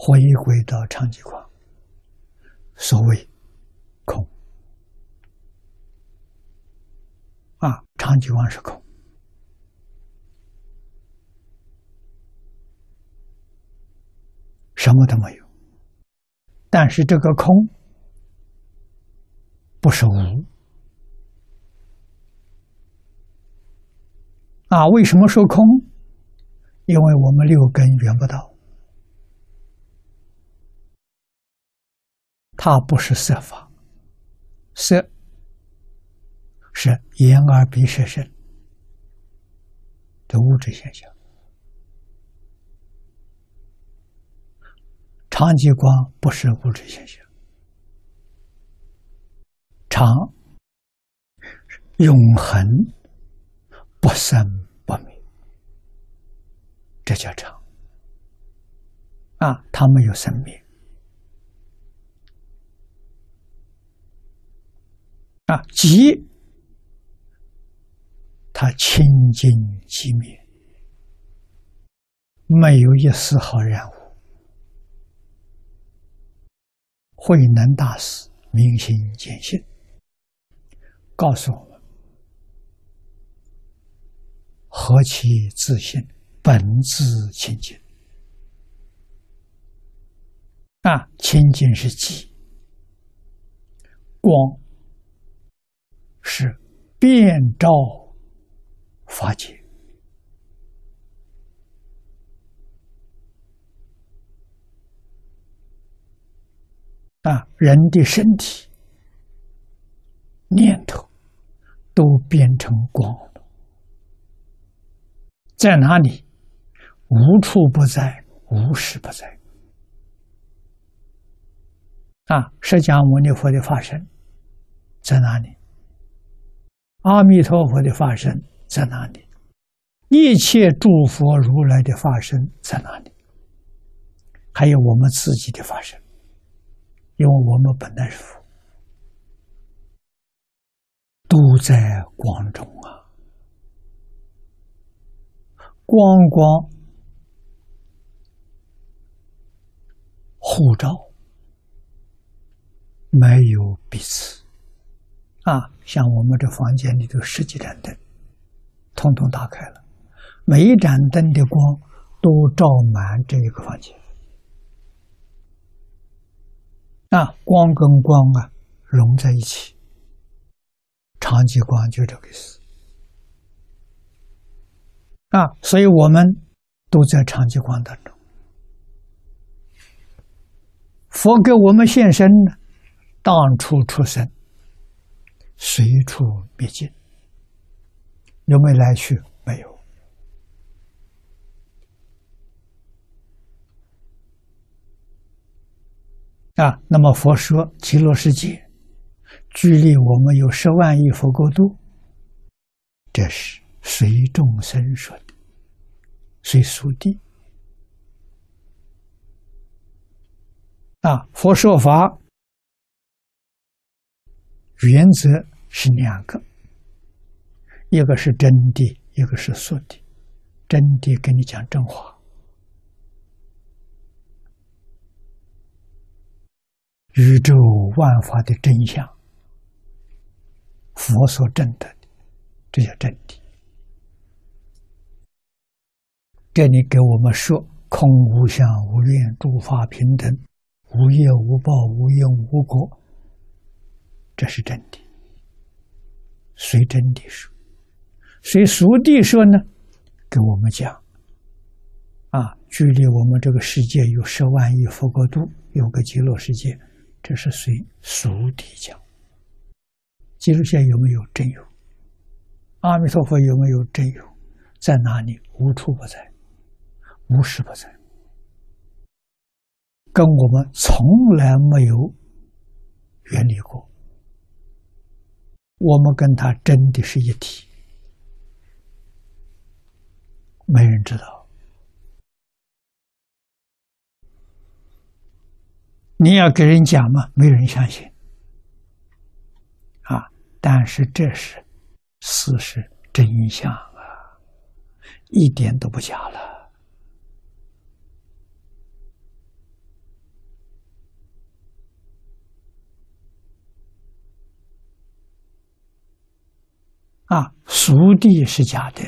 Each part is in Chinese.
回归到常寂光，所谓空常寂光是空，什么都没有。但是这个空不是无为什么说空？因为我们六根缘不到，它不是色法，色是眼耳鼻舌身的物质现象，常寂光不是物质现象，常永恒不生不灭，这叫常它没有生灭寂它清净寂灭，没有一丝毫染污。慧能大师明心见性告诉我们：何其自性，本自清净清净是寂，光是遍照法界人的身体念头都变成光了，在哪里？无处不在，无时不在释迦牟尼佛的法身在哪里？阿弥陀佛的法身在哪里？一切诸佛如来的法身在哪里？还有我们自己的法身，因为我们本来是佛，都在光中光光互照，没有彼此像我们这房间里头10几盏灯统统打开了，每一盏灯的光都照满这一个房间光跟光融在一起，常寂光就这个意思所以我们都在常寂光当中。佛给我们现身呢，当处出生，随处灭尽，有没有来去？没有那么佛说极乐世界距离我们有10万亿佛国度，这是随众生说的，随属地佛说法原则是2个，一个是真谛，一个是俗谛。真谛跟你讲真话，宇宙万法的真相，佛所证得的，这叫真谛。这里给我们说空无相无愿，诸法平等，无业无报，无因无果，这是真谛。随真谛说，随俗谛说呢，给我们讲距离我们这个世界有10万亿佛国度，有个极乐世界，这是随俗谛讲。极乐世界有没有？真有。阿弥陀佛有没有？真有。在哪里？无处不在，无时不在，跟我们从来没有远离过，我们跟他真的是一体，没人知道。你要给人讲嘛，没人相信但是这是事实真相一点都不假了俗谛是假的。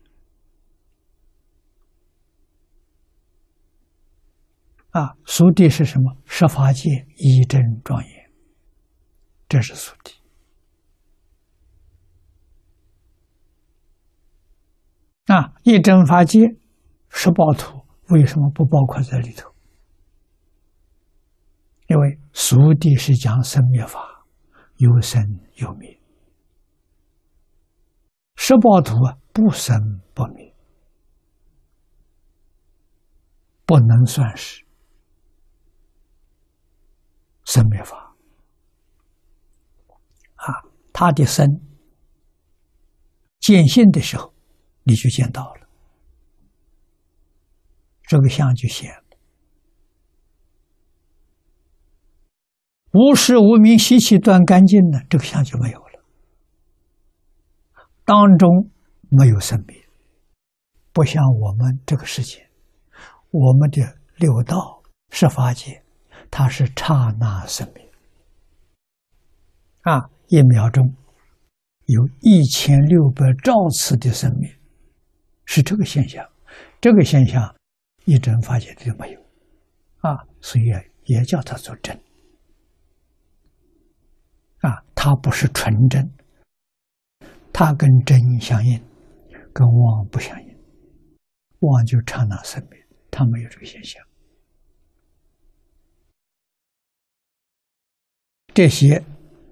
俗谛是什么？十法界一真庄严，这是俗谛。一真法界十报图为什么不包括在里头？因为俗谛是讲生灭法，有生有灭，十报图不生不灭，不能算是生灭法。他的生见性的时候，你就见到了，这个相就显了。无时无明习气断干净呢，这个相就没有了。当中没有生灭，不像我们这个世界，我们的六道十法界，它是刹那生灭。1秒钟有1600兆次的生灭，是这个现象。这个现象一真法界就没有所以也叫它做真它不是纯真，它跟真相应，跟妄不相应。妄就刹那生灭，它没有这个现象。这些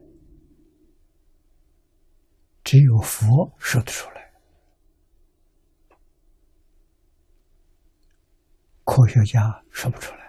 只有佛说得出来，科学家说不出来。